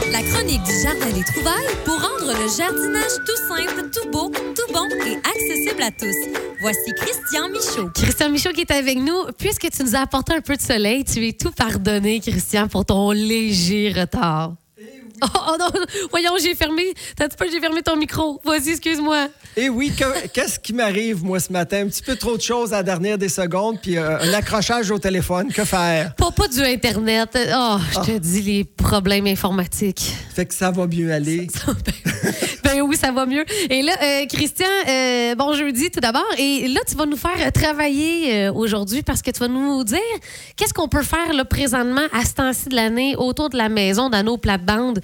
La chronique du Jardin des Trouvailles pour rendre le jardinage tout simple, tout beau, tout bon et accessible à tous. Voici Christian Michaud. Christian Michaud qui est avec nous. Puisque tu nous as apporté un peu de soleil, tu es tout pardonné, Christian, pour ton léger retard. Oh non, voyons, j'ai fermé ton micro. Vas-y, excuse-moi. Eh oui, qu'est-ce qui m'arrive, moi, ce matin? Un petit peu trop de choses à la dernière des secondes, puis un accrochage au téléphone. Que faire? Pas du Internet. Je te dis, les problèmes informatiques. Fait que ça va mieux aller. Ben oui, ça va mieux. Et là, Christian, bon jeudi tout d'abord. Et là, tu vas nous faire travailler aujourd'hui parce que tu vas nous dire qu'est-ce qu'on peut faire là, présentement à ce temps-ci de l'année autour de la maison, dans nos plates-bandes.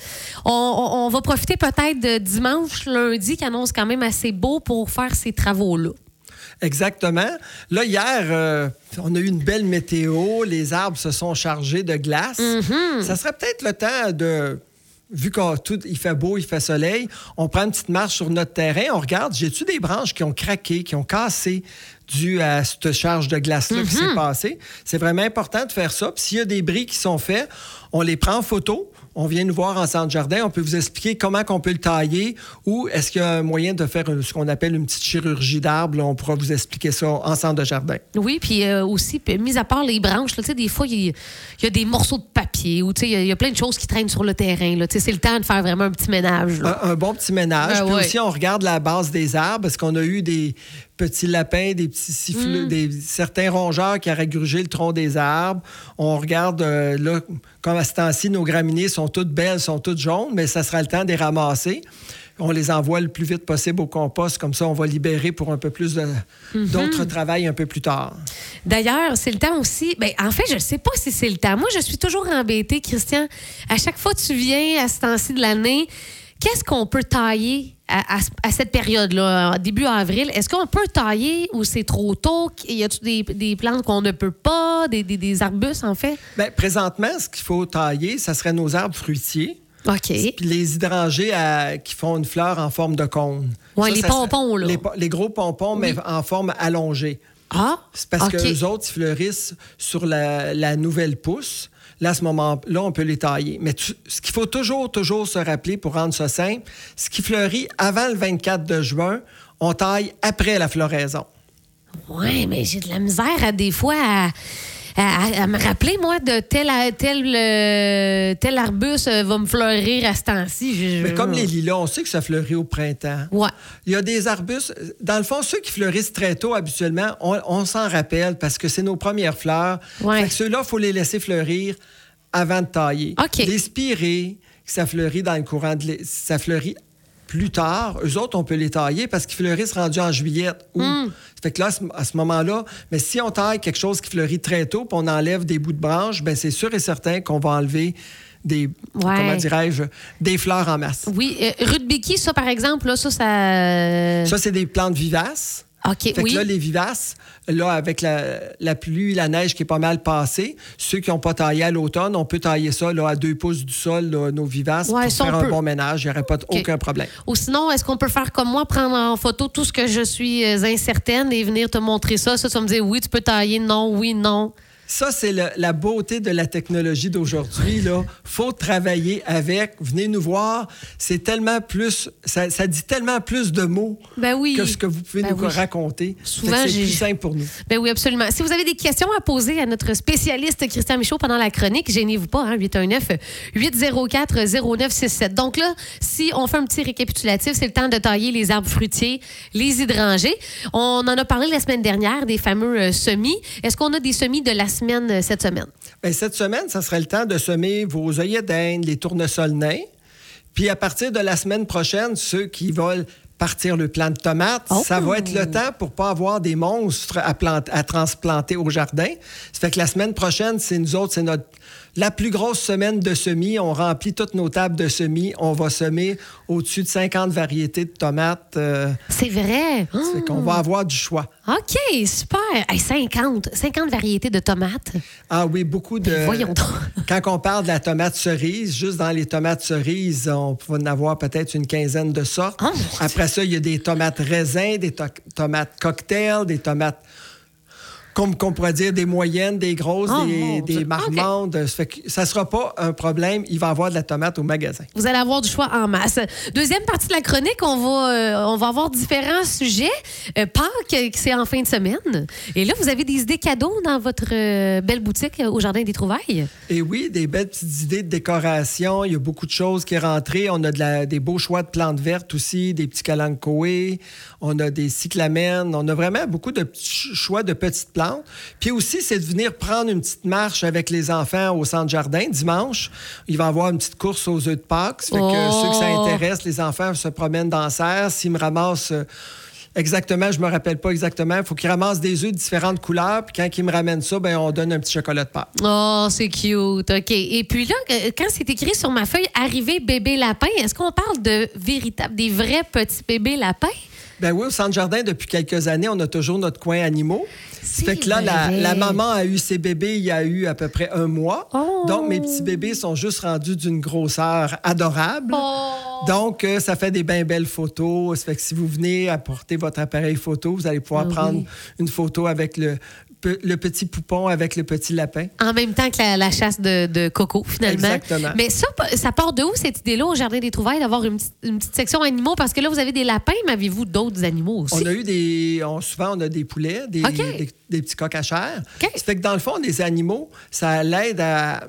On va profiter peut-être de dimanche, lundi, qui annonce quand même assez beau pour faire ces travaux-là. Exactement. Là, hier, on a eu une belle météo. Les arbres se sont chargés de glace. Mm-hmm. Ça serait peut-être le temps de... Vu qu'il fait beau, il fait soleil, on prend une petite marche sur notre terrain, on regarde, j'ai-tu des branches qui ont craqué, qui ont cassé dû à cette charge de glace-là qui s'est passée? C'est vraiment important de faire ça. Puis s'il y a des bris qui sont faits, on les prend en photo. On vient nous voir en centre jardin. On peut vous expliquer comment on peut le tailler ou est-ce qu'il y a un moyen de faire ce qu'on appelle une petite chirurgie d'arbre. Là, on pourra vous expliquer ça en centre de jardin. Oui, puis aussi, mis à part les branches, là, des fois, il y a des morceaux de papier ou il y a plein de choses qui traînent sur le terrain. Là, c'est le temps de faire vraiment un petit ménage. Un bon petit ménage. Puis aussi, on regarde la base des arbres parce qu'on a eu des petits lapins, des petits siffleux, certains rongeurs qui auraient grugé le tronc des arbres. On regarde, là, comme à ce temps-ci, nos graminées sont toutes belles, sont toutes jaunes, mais ça sera le temps de les ramasser. On les envoie le plus vite possible au compost. Comme ça, on va libérer pour un peu plus d'autres travail un peu plus tard. D'ailleurs, c'est le temps aussi... Bien, en fait, je ne sais pas si c'est le temps. Moi, je suis toujours embêtée, Christian. À chaque fois que tu viens à ce temps-ci de l'année, qu'est-ce qu'on peut tailler à cette période-là, début avril? Est-ce qu'on peut tailler ou c'est trop tôt? Y a-t-il des plantes qu'on ne peut pas, des arbustes, en fait? Bien, présentement, ce qu'il faut tailler, ça serait nos arbres fruitiers. OK. Puis les hydrangées qui font une fleur en forme de cône. Oui, les pompons, là. Les gros pompons, mais en forme allongée. Ah, c'est parce que les autres, ils fleurissent sur la nouvelle pousse. Là, à ce moment-là, on peut les tailler. Mais ce qu'il faut toujours se rappeler pour rendre ça simple, ce qui fleurit avant le 24 de juin, on taille après la floraison. Oui, mais j'ai de la misère des fois à me rappeler, moi, de tel arbuste va me fleurir à ce temps-ci. Mais comme les lilas, on sait que ça fleurit au printemps. Ouais. Il y a des arbustes... Dans le fond, ceux qui fleurissent très tôt, habituellement, on s'en rappelle parce que c'est nos premières fleurs. Ouais. Fait que ceux-là, il faut les laisser fleurir avant de tailler. OK. Les spirées, ça fleurit dans le courant ça fleurit plus tard. Eux autres, on peut les tailler parce qu'ils fleurissent rendus en juillet. Ça fait que là, à ce moment-là, mais si on taille quelque chose qui fleurit très tôt puis on enlève des bouts de branches, bien, c'est sûr et certain qu'on va enlever comment dirais-je, des fleurs en masse. Oui. Rudbeckie, ça, par exemple, là, ça... Ça, c'est des plantes vivaces. OK, fait que là, les vivaces, là, avec la pluie, la neige qui est pas mal passée, ceux qui n'ont pas taillé à l'automne, on peut tailler ça là, à 2 pouces du sol, là, nos vivaces, pour faire un bon ménage. Il n'y aurait pas aucun problème. Ou sinon, est-ce qu'on peut faire comme moi, prendre en photo tout ce que je suis incertaine et venir te montrer ça? Ça, tu vas me dire oui, tu peux tailler, non, oui, non. Ça, c'est la beauté de la technologie d'aujourd'hui. Il faut travailler avec. Venez nous voir. C'est tellement plus... Ça dit tellement plus de mots que ce que vous pouvez nous raconter. Souvent, c'est plus simple pour nous. Ben oui, absolument. Si vous avez des questions à poser à notre spécialiste Christian Michaud pendant la chronique, gênez-vous pas, 819-804-0967. Donc là, si on fait un petit récapitulatif, c'est le temps de tailler les arbres fruitiers, les hydrangées. On en a parlé la semaine dernière, des fameux semis. Est-ce qu'on a des semis de la semaine cette semaine? Bien, cette semaine, ça serait le temps de semer vos œillets d'Inde, les tournesols nains. Puis à partir de la semaine prochaine, ceux qui veulent partir le plant de tomates, ça va être le temps pour ne pas avoir des monstres à transplanter au jardin. Ça fait que la semaine prochaine, c'est la plus grosse semaine de semis. On remplit toutes nos tables de semis. On va semer au-dessus de 50 variétés de tomates. C'est vrai? Ça fait qu'on va avoir du choix. OK, super. Hey, 50 variétés de tomates. Ah oui, beaucoup de... Voyons donc. Quand on parle de la tomate cerise, juste dans les tomates cerises, on peut en avoir peut-être une quinzaine de sortes. Après ça, il y a des tomates raisins, des tomates cocktail, des tomates qu'on pourrait dire des moyennes, des grosses, des marmandes. Ça ne sera pas un problème. Il va y avoir de la tomate au magasin. Vous allez avoir du choix en masse. Deuxième partie de la chronique, on va avoir différents sujets. Pâques, c'est en fin de semaine. Et là, vous avez des idées cadeaux dans votre belle boutique au Jardin des Trouvailles? Et oui, des belles petites idées de décoration. Il y a beaucoup de choses qui sont rentrées. On a des beaux choix de plantes vertes aussi, des petits kalanchoés. On a des cyclamènes. On a vraiment beaucoup de choix de petites plantes. Puis aussi, c'est de venir prendre une petite marche avec les enfants au centre jardin dimanche. Il va y avoir une petite course aux œufs de Pâques. Ça fait que ceux que ça intéresse, les enfants se promènent dans la serre. S'ils me ramassent... Exactement, je me rappelle pas exactement. Il faut qu'ils ramassent des œufs de différentes couleurs. Puis quand ils me ramènent ça, ben on donne un petit chocolat de Pâques. Oh, c'est cute. OK. Et puis là, quand c'est écrit sur ma feuille « Arrivée bébé lapin », est-ce qu'on parle des vrais petits bébés lapins? Ben oui, au Centre Jardin, depuis quelques années, on a toujours notre coin animaux. Ça fait que là, la maman a eu ses bébés il y a eu à peu près 1 mois. Oh. Donc, mes petits bébés sont juste rendus d'une grosseur adorable. Oh. Donc, ça fait des bien belles photos. Ça fait que si vous venez apporter votre appareil photo, vous allez pouvoir prendre une photo avec le petit poupon avec le petit lapin. En même temps que la chasse de Coco, finalement. Exactement. Mais ça part de où, cette idée-là, au Jardin des Trouvailles, d'avoir une petite section animaux? Parce que là, vous avez des lapins, mais avez-vous d'autres animaux aussi? On a eu souvent, on a des poulets, des petits coqs à chair. Okay. Ça fait que dans le fond, des animaux, ça l'aide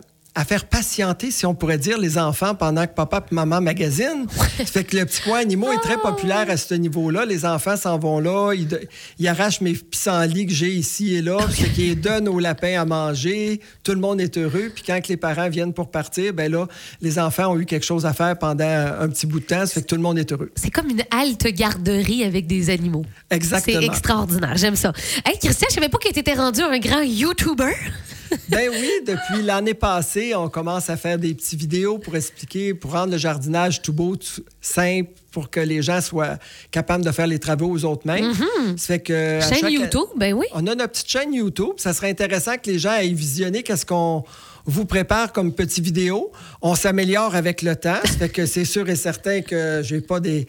à faire patienter, si on pourrait dire, les enfants pendant que papa et maman magasinent. Ça fait que le petit coin animaux est très populaire à ce niveau-là. Les enfants s'en vont là. Ils arrachent mes pissenlits que j'ai ici et là. Ça fait qu'ils donnent aux lapins à manger. Tout le monde est heureux. Puis quand les parents viennent pour partir, ben là, les enfants ont eu quelque chose à faire pendant un petit bout de temps. Ça fait que tout le monde est heureux. C'est comme une halte garderie avec des animaux. Exactement. C'est extraordinaire. J'aime ça. Hey, Christian, je savais pas que tu étais rendu un grand YouTuber. Ben oui, depuis l'année passée, on commence à faire des petites vidéos pour expliquer, pour rendre le jardinage tout beau, tout simple, pour que les gens soient capables de faire les travaux aux autres mêmes. Mm-hmm. Ça fait que chaîne YouTube, ben oui. On a notre petite chaîne YouTube. Ça serait intéressant que les gens aillent visionner qu'est-ce qu'on vous prépare comme petite vidéo. On s'améliore avec le temps. Ça fait que c'est sûr et certain que j'ai pas des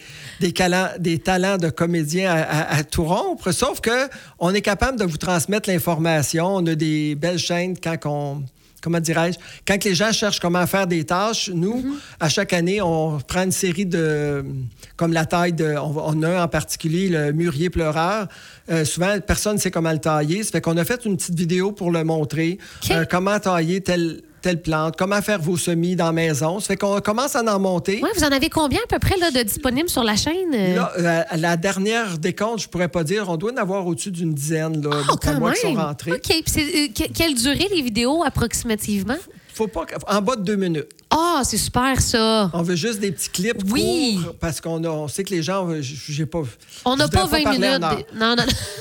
talents de comédien à tout rompre, sauf que on est capable de vous transmettre l'information. On a des belles chaînes comment dirais-je, quand les gens cherchent comment faire des tâches, nous, à chaque année, on prend une série comme la taille on a en particulier le mûrier pleureur. Souvent, personne ne sait comment le tailler. Ça fait qu'on a fait une petite vidéo pour le montrer. Okay. Comment tailler telle plante, comment faire vos semis dans la maison. Ça fait qu'on commence à en monter. Oui, vous en avez combien à peu près là, de disponibles sur la chaîne? Là, la dernière décompte, je pourrais pas dire. On doit en avoir au-dessus d'une dizaine là, de mois qui sont rentrés. OK. Puis quelle durée les vidéos approximativement? Faut pas en bas de 2 minutes. Ah, c'est super ça. On veut juste des petits clips courts parce qu'on sait que les gens, j'ai pas. On n'a pas 20 minutes. Non.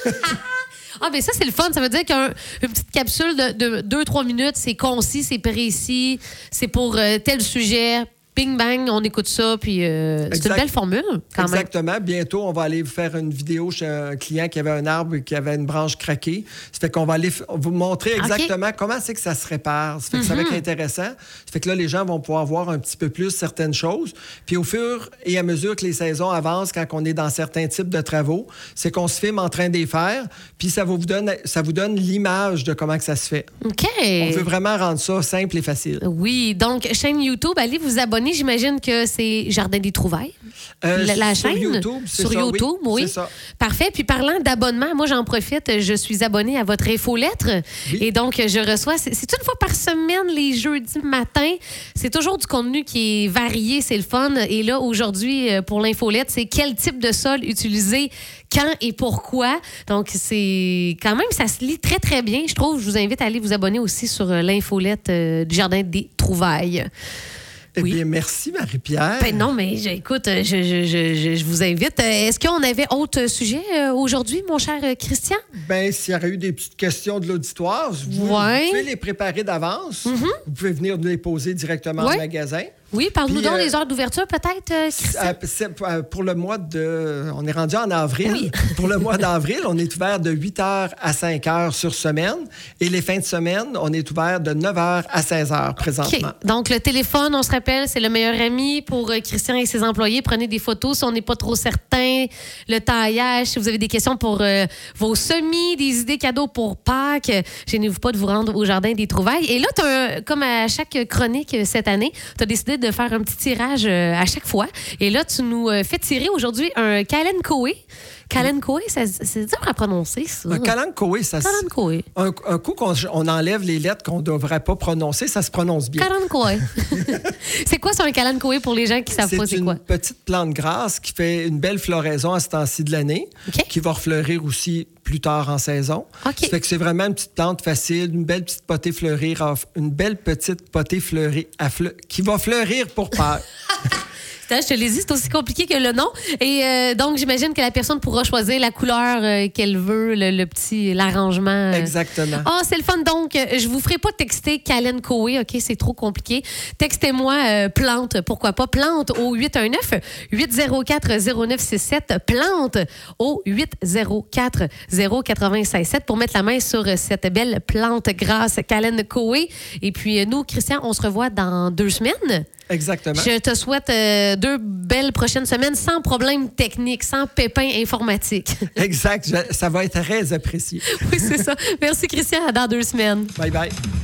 Ah, mais ça, c'est le fun. Ça veut dire qu'une petite capsule de 2-3 minutes, c'est concis, c'est précis, c'est pour tel sujet. Bing, bang, on écoute ça, puis c'est une belle formule, quand même. Exactement. Bientôt, on va aller faire une vidéo chez un client qui avait un arbre et qui avait une branche craquée. Ça fait qu'on va aller vous montrer exactement comment c'est que ça se répare. Ça fait que ça va être intéressant. Ça fait que là, les gens vont pouvoir voir un petit peu plus certaines choses. Puis au fur et à mesure que les saisons avancent, quand on est dans certains types de travaux, c'est qu'on se filme en train de les faire, puis ça vous donne l'image de comment que ça se fait. OK. On veut vraiment rendre ça simple et facile. Oui. Donc, chaîne YouTube, allez vous abonner. J'imagine que c'est Jardin des Trouvailles. La chaîne? Sur YouTube, oui. C'est ça. Parfait. Puis parlant d'abonnement, moi, j'en profite. Je suis abonnée à votre infolettre. Oui. Et donc, je reçois... C'est une fois par semaine, les jeudis matin. C'est toujours du contenu qui est varié. C'est le fun. Et là, aujourd'hui, pour l'infolettre, c'est quel type de sol utiliser, quand et pourquoi. Donc, c'est quand même, ça se lit très, très bien, je trouve. Je vous invite à aller vous abonner aussi sur l'infolette du Jardin des Trouvailles. Eh bien, merci, Marie-Pierre. Ben non, mais écoute, je vous invite. Est-ce qu'on avait autre sujet aujourd'hui, mon cher Christian? Bien, s'il y aurait eu des petites questions de l'auditoire, vous pouvez les préparer d'avance. Vous pouvez venir nous les poser directement au magasin. Oui, parle-nous Puis, donc des heures d'ouverture, peut-être, Christian? Pour le mois de... On est rendu en avril. Oui. Pour le mois d'avril, on est ouvert de 8h à 5h sur semaine. Et les fins de semaine, on est ouvert de 9h à 16h présentement. OK. Donc, le téléphone, on se rappelle, c'est le meilleur ami pour Christian et ses employés. Prenez des photos si on n'est pas trop certain. Le taillage, si vous avez des questions pour vos semis, des idées cadeaux pour Pâques, gênez-vous pas de vous rendre au Jardin des Trouvailles. Et là, comme à chaque chronique cette année, tu as décidé de faire un petit tirage à chaque fois. Et là, tu nous fais tirer aujourd'hui un Kalankoe. Kalankoe, c'est dur à prononcer, ça. Un Kalankoe, ça Kalankoe. Un coup qu'on enlève les lettres qu'on ne devrait pas prononcer, ça se prononce bien. Kalankoe. C'est quoi, ça, un Kalankoe pour les gens qui savent pas c'est quoi? C'est une petite plante grasse qui fait une belle floraison à ce temps-ci de l'année, qui va refleurir aussi plus tard en saison. Ça fait que c'est vraiment une petite plante facile, une belle petite potée fleurie, qui va fleurir pour Pâques. Je te l'ai dit, c'est aussi compliqué que le nom. Et donc, j'imagine que la personne pourra choisir la couleur qu'elle veut, l'arrangement. Exactement. Ah, c'est le fun. Donc, je vous ferai pas texter Kalankoe, OK? C'est trop compliqué. Textez-moi plante, pourquoi pas? Plante au 819-804-0967. Plante au 804-0967 pour mettre la main sur cette belle plante grasse Kalankoe. Et puis, nous, Christian, on se revoit dans 2 semaines. Exactement. Je te souhaite 2 belles prochaines semaines sans problème technique, sans pépins informatiques. Exact. Ça va être très apprécié. Oui, c'est ça. Merci, Christian. À dans 2 semaines. Bye bye.